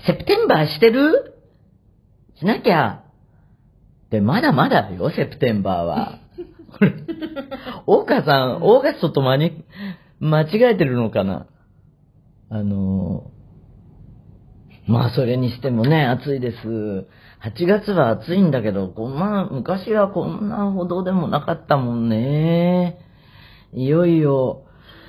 セプテンバーしてる？しなきゃ。で、まだまだよ、セプテンバーは。大川さん、オーガストと間違えてるのかな。まあ、それにしてもね、暑いです。8月は暑いんだけど、昔はこんなほどでもなかったもんね。いよいよ、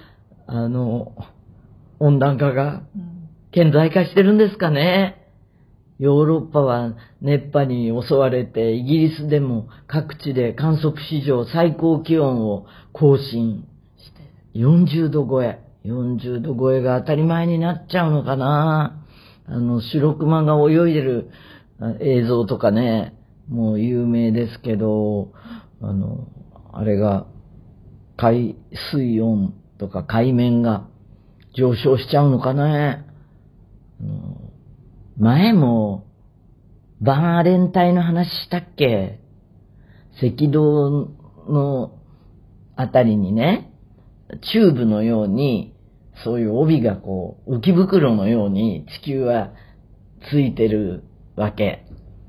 温暖化が顕在化してるんですかね。ヨーロッパは熱波に襲われて、イギリスでも各地で観測史上最高気温を更新して、40度超え。40度超えが当たり前になっちゃうのかな。白熊が泳いでる映像とかね、もう有名ですけど、あれが、海水温とか海面が上昇しちゃうのかね。前も、バンアレン帯の話したっけ？赤道のあたりにね、チューブのように、そういう帯がこう、浮き袋のように地球はついてるわけ。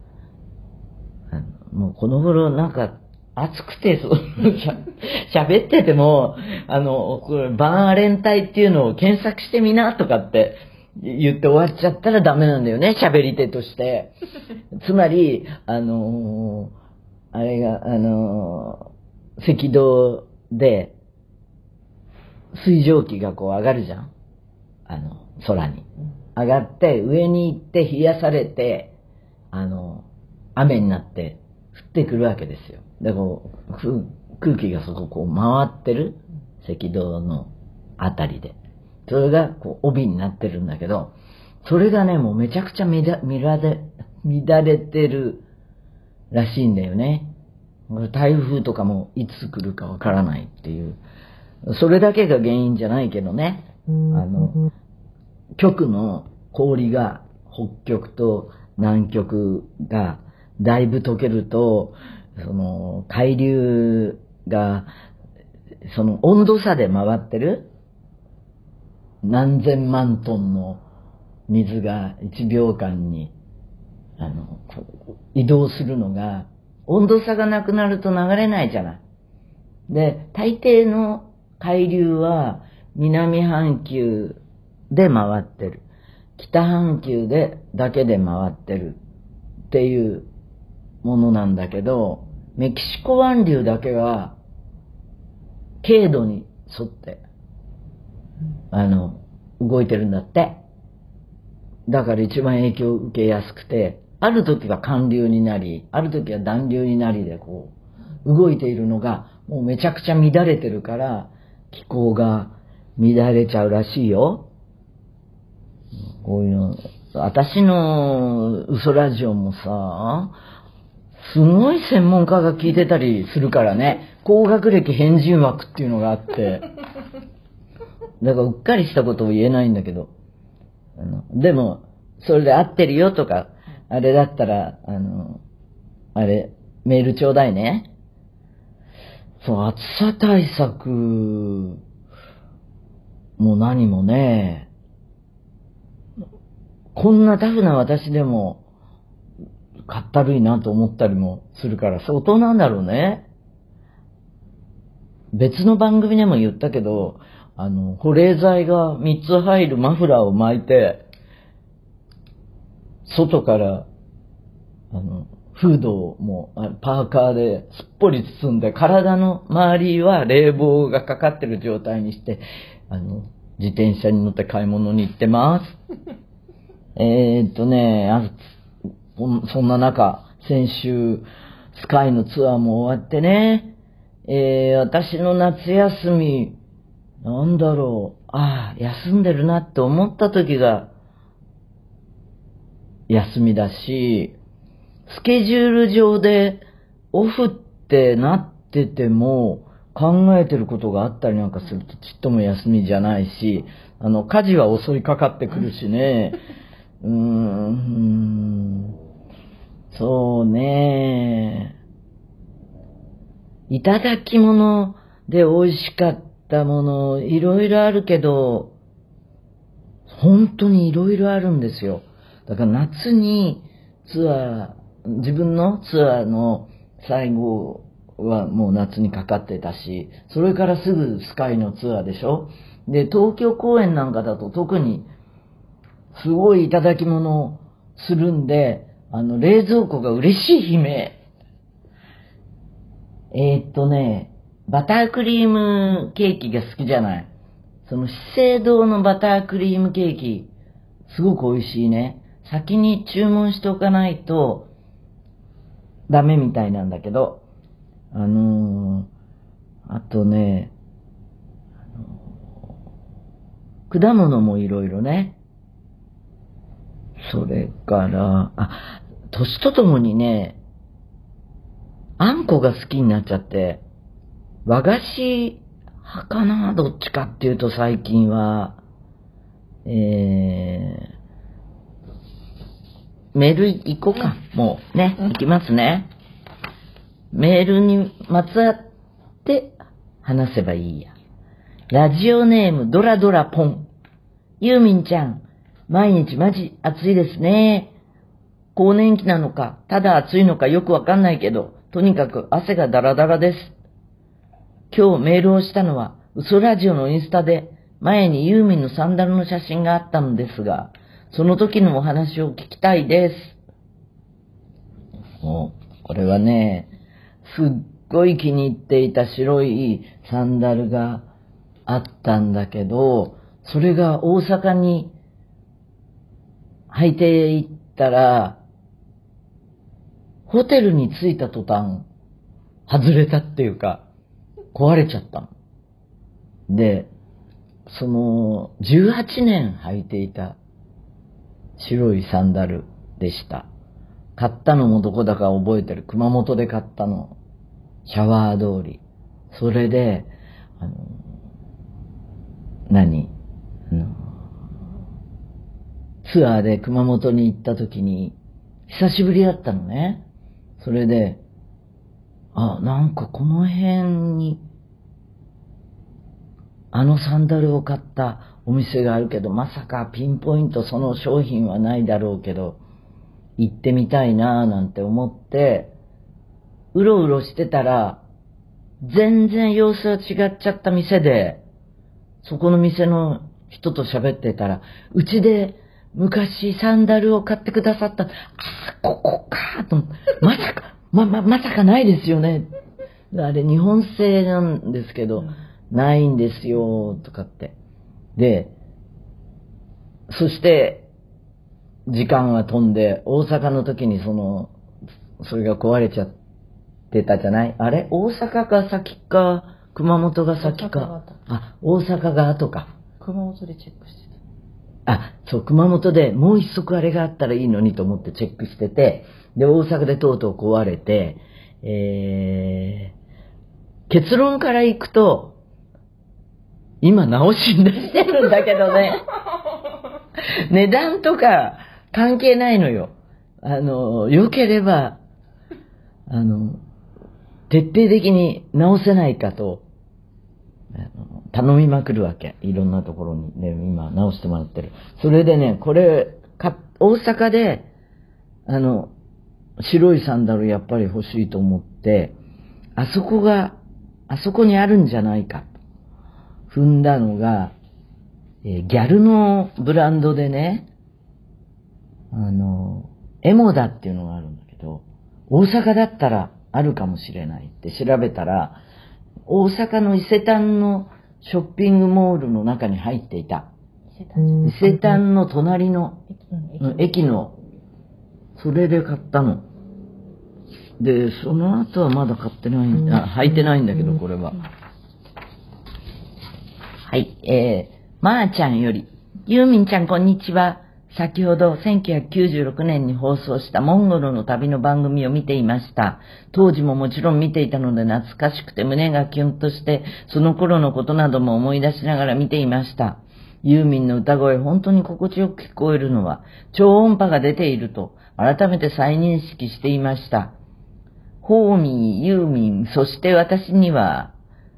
もうこの頃なんか暑くて、喋ってても、これバンアレン帯っていうのを検索してみなとかって言って終わっちゃったらダメなんだよね、喋り手として。つまり、あれが、赤道で、水蒸気がこう上がるじゃん。空に。上がって、上に行って冷やされて、雨になって降ってくるわけですよ。で、こう、空気がそこをこう回ってる。赤道のあたりで。それがこう帯になってるんだけど、それがね、もうめちゃくちゃ乱れてるらしいんだよね。台風とかもいつ来るかわからないっていう。それだけが原因じゃないけどね。極の氷が北極と南極がだいぶ溶けると、その海流がその温度差で回ってる何千万トンの水が1秒間に移動するのが温度差がなくなると流れないじゃない。で、大抵の海流は南半球で回ってる。北半球だけで回ってるっていうものなんだけど、メキシコ湾流だけは経度に沿って動いてるんだって。だから一番影響を受けやすくて、ある時は寒流になり、ある時は暖流になりでこう動いているのがもうめちゃくちゃ乱れてるから気候が乱れちゃうらしいよ。こういうの、私の嘘ラジオもさ、すごい専門家が聞いてたりするからね、高学歴変人枠っていうのがあって、だからうっかりしたことを言えないんだけど、でも、それで合ってるよとか、あれだったら、メールちょうだいね。そう、暑さ対策も何もね、こんなタフな私でも、かったるいなと思ったりもするから相当なんだろうね。別の番組でも言ったけど、保冷剤が3つ入るマフラーを巻いて、外から、フードをもうパーカーですっぽり包んで、体の周りは冷房がかかってる状態にして、自転車に乗って買い物に行ってます。そんな中、先週、スカイのツアーも終わってね、私の夏休み、なんだろう、休んでるなって思った時が、休みだし、スケジュール上でオフってなってても考えてることがあったりなんかするとちっとも休みじゃないし、家事は襲いかかってくるしね。そうね。いただき物で美味しかったものいろいろあるけど、本当にいろいろあるんですよ。 だから夏に自分のツアーの最後はもう夏にかかってたし、それからすぐスカイのツアーでしょ。で、東京公演なんかだと特にすごいいただき物をするんで、冷蔵庫が嬉しい悲鳴。バタークリームケーキが好きじゃない。その資生堂のバタークリームケーキ、すごく美味しいね。先に注文しておかないとダメみたいなんだけど、あとね、果物もいろいろね。それから、年とともにね、あんこが好きになっちゃって、和菓子派かな、どっちかっていうと最近は、メール行こうか、もうね、行きますね。メールにまつわって話せばいいや。ラジオネームドラドラポン。ユーミンちゃん、毎日マジ暑いですね。更年期なのか、ただ暑いのかよくわかんないけど、とにかく汗がダラダラです。今日メールをしたのは、嘘ラジオのインスタで、前にユーミンのサンダルの写真があったのですが、その時のお話を聞きたいです。これはね、すっごい気に入っていた白いサンダルがあったんだけど、それが大阪に履いていったら、ホテルに着いた途端、外れたっていうか、壊れちゃったの。で、その、18年履いていた白いサンダルでした。買ったのもどこだか覚えてる。熊本で買ったの。シャワー通り。それで、ツアーで熊本に行った時に、久しぶりだったのね。それで、なんかこの辺に、サンダルを買ったお店があるけど、まさかピンポイントその商品はないだろうけど、行ってみたいなぁなんて思って、うろうろしてたら、全然様子が違っちゃった店で、そこの店の人と喋ってたら、うちで昔サンダルを買ってくださった、ここかと思って、まさかないですよね。あれ日本製なんですけど、ないんですよ、とかって。で、そして、時間は飛んで、大阪の時にそれが壊れちゃってたじゃない？あれ？大阪が先か、熊本が先か。大阪が後か。 熊本でチェックしてた。 そう、熊本でもう一足あれがあったらいいのにと思ってチェックしてて、で、大阪でとうとう壊れて、結論からいくと、今直しに出してるんだけどね。値段とか関係ないのよ。良ければ、徹底的に直せないかと、頼みまくるわけ。いろんなところにね、今直してもらってる。それでね、これ、大阪で、白いサンダルやっぱり欲しいと思って、あそこにあるんじゃないかと踏んだのが、ギャルのブランドでね、エモダっていうのがあるんだけど、大阪だったらあるかもしれないって調べたら、大阪の伊勢丹のショッピングモールの中に入っていた。伊勢丹の隣の駅の、それで買ったの。で、その後はまだ買ってない、履いてないんだけど、これは。はい、まーちゃんより、ユーミンちゃんこんにちは。先ほど1996年に放送したモンゴルの旅の番組を見ていました。当時ももちろん見ていたので懐かしくて胸がキュンとして、その頃のことなども思い出しながら見ていました。ユーミンの歌声本当に心地よく聞こえるのは超音波が出ていると改めて再認識していました。ホーミー、ユーミン、そして私には、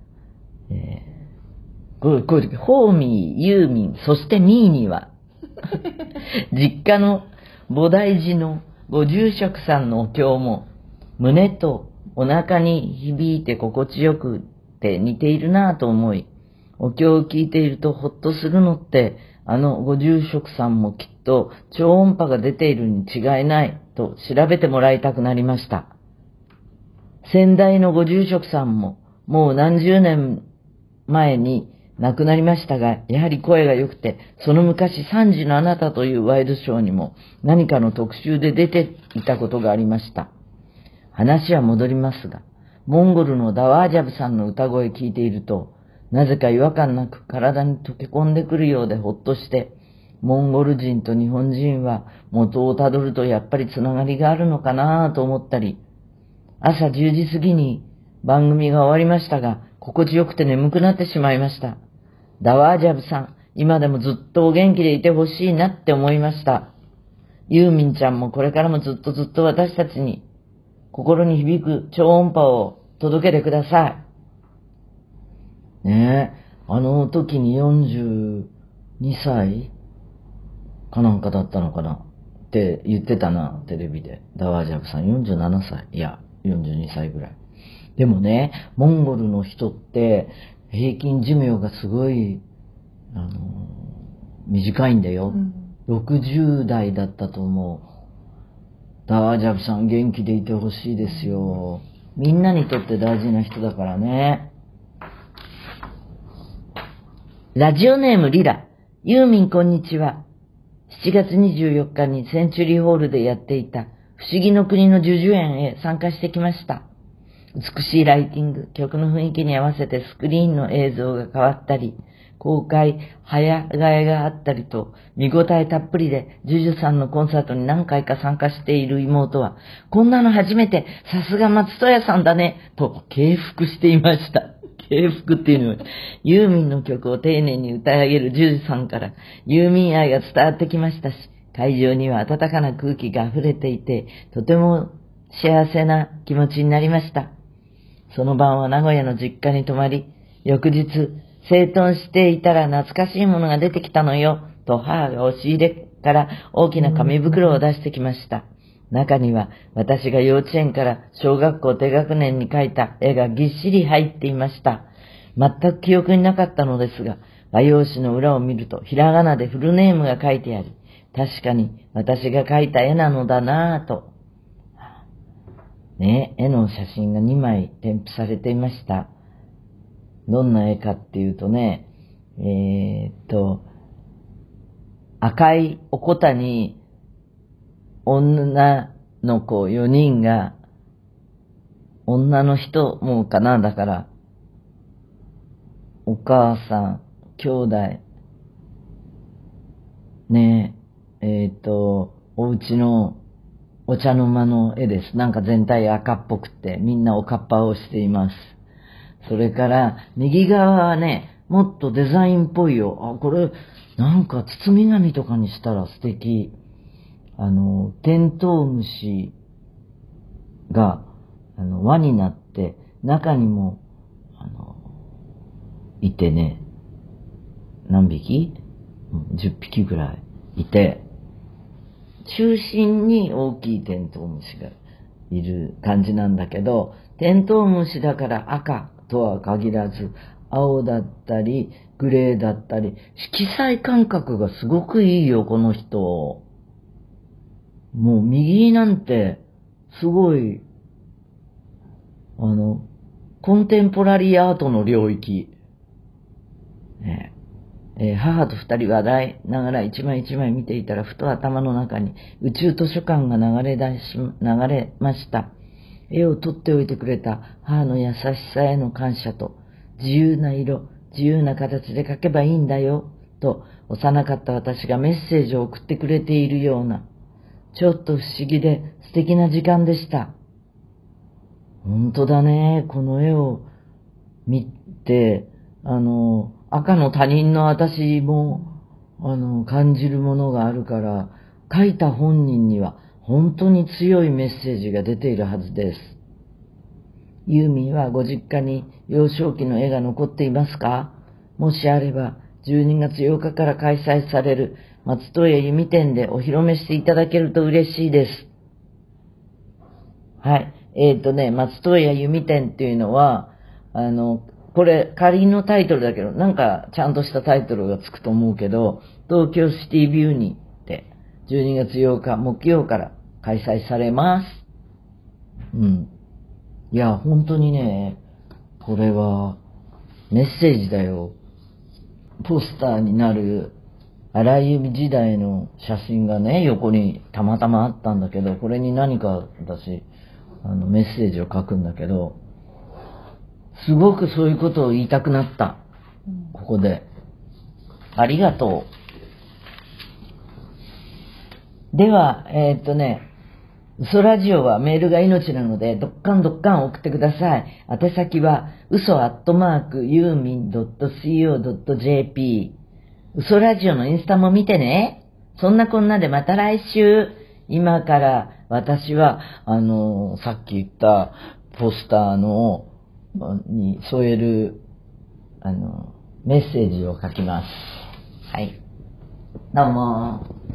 ホーミー、ユーミン、そしてミーには、実家の菩提寺のご住職さんのお経も、胸とお腹に響いて心地よくて似ているなぁと思い、お経を聞いているとほっとするのって、あのご住職さんもきっと超音波が出ているに違いないと調べてもらいたくなりました。先代のご住職さんももう何十年前に亡くなりましたが、やはり声が良くて、その昔3時のあなたというワイドショーにも何かの特集で出ていたことがありました。話は戻りますが、モンゴルのダワージャブさんの歌声聞いていると、なぜか違和感なく体に溶け込んでくるようでほっとして、モンゴル人と日本人は元をたどるとやっぱりつながりがあるのかなぁと思ったり、朝10時過ぎに番組が終わりましたが、心地よくて眠くなってしまいました。ダワージャブさん、今でもずっとお元気でいてほしいなって思いました。ユーミンちゃんもこれからもずっと私たちに心に響く超音波を届けてください。ねえ、あの時に42歳かなんかだったのかなって言ってたな、テレビで。ダワージャブさん47歳。いや、42歳ぐらい。でもね、モンゴルの人って平均寿命がすごい、短いんだよ。60代だったと思う。ダワージャブさん元気でいてほしいですよ。みんなにとって大事な人だからね。ラジオネームリラ。ユーミンこんにちは。7月24日にセンチュリーホールでやっていた不思議の国の叙々苑へ参加してきました。美しいライティング、曲の雰囲気に合わせてスクリーンの映像が変わったり、公開、早替えがあったりと、見応えたっぷりで、ジュジュさんのコンサートに何回か参加している妹は、こんなの初めて、さすが松任谷さんだね、と敬服していました。敬服っていうのは、ユーミンの曲を丁寧に歌い上げるジュジュさんから、ユーミン愛が伝わってきましたし、会場には温かな空気が溢れていて、とても幸せな気持ちになりました。その晩は名古屋の実家に泊まり、翌日、整頓していたら懐かしいものが出てきたのよ、と母が押し入れから大きな紙袋を出してきました。中には私が幼稚園から小学校低学年に描いた絵がぎっしり入っていました。全く記憶になかったのですが、画用紙の裏を見るとひらがなでフルネームが書いてあり、確かに私が描いた絵なのだなぁと。ね、絵の写真が2枚添付されていました。どんな絵かっていうとね、赤いおこたに女の子4人が、女の人もかな、だから、お母さん、兄弟、ね、お家のお茶の間の絵です。なんか全体赤っぽくて、みんなおかっぱをしています。それから、右側はね、もっとデザインっぽいよ。あ、これ、なんか包み紙とかにしたら素敵。テントウムシが、輪になって、中にも、いてね、何匹 ?10 匹ぐらいいて、中心に大きいテントウムシがいる感じなんだけど、テントウムシだから赤とは限らず、青だったり、グレーだったり、色彩感覚がすごくいいよ、この人。もう右なんて、すごい、コンテンポラリーアートの領域。ね母と二人笑いながら一枚一枚見ていたら、ふと頭の中に宇宙図書館が流れました。絵を撮っておいてくれた母の優しさへの感謝と、自由な色、自由な形で描けばいいんだよ、と幼かった私がメッセージを送ってくれているような、ちょっと不思議で素敵な時間でした。本当だね、この絵を見て、赤の他人の私も、感じるものがあるから、描いた本人には本当に強いメッセージが出ているはずです。ユーミンはご実家に幼少期の絵が残っていますか？もしあれば、12月8日から開催される松任谷由実店でお披露目していただけると嬉しいです。はい。松任谷由実店っていうのは、これ仮のタイトルだけど、なんかちゃんとしたタイトルがつくと思うけど、東京シティビューにて12月8日木曜から開催されます。うん。いや、本当にね、これはメッセージだよ。ポスターになる荒井由実時代の写真がね、横にたまたまあったんだけど、これに何か私、メッセージを書くんだけど、すごくそういうことを言いたくなった。ここで。ありがとう。では、嘘ラジオはメールが命なので、どっかん送ってください。宛先は、嘘@yumin.co.jp。嘘ラジオのインスタも見てね。そんなこんなでまた来週。今から私は、さっき言ったポスターに添える、メッセージを書きます。はい。どうも。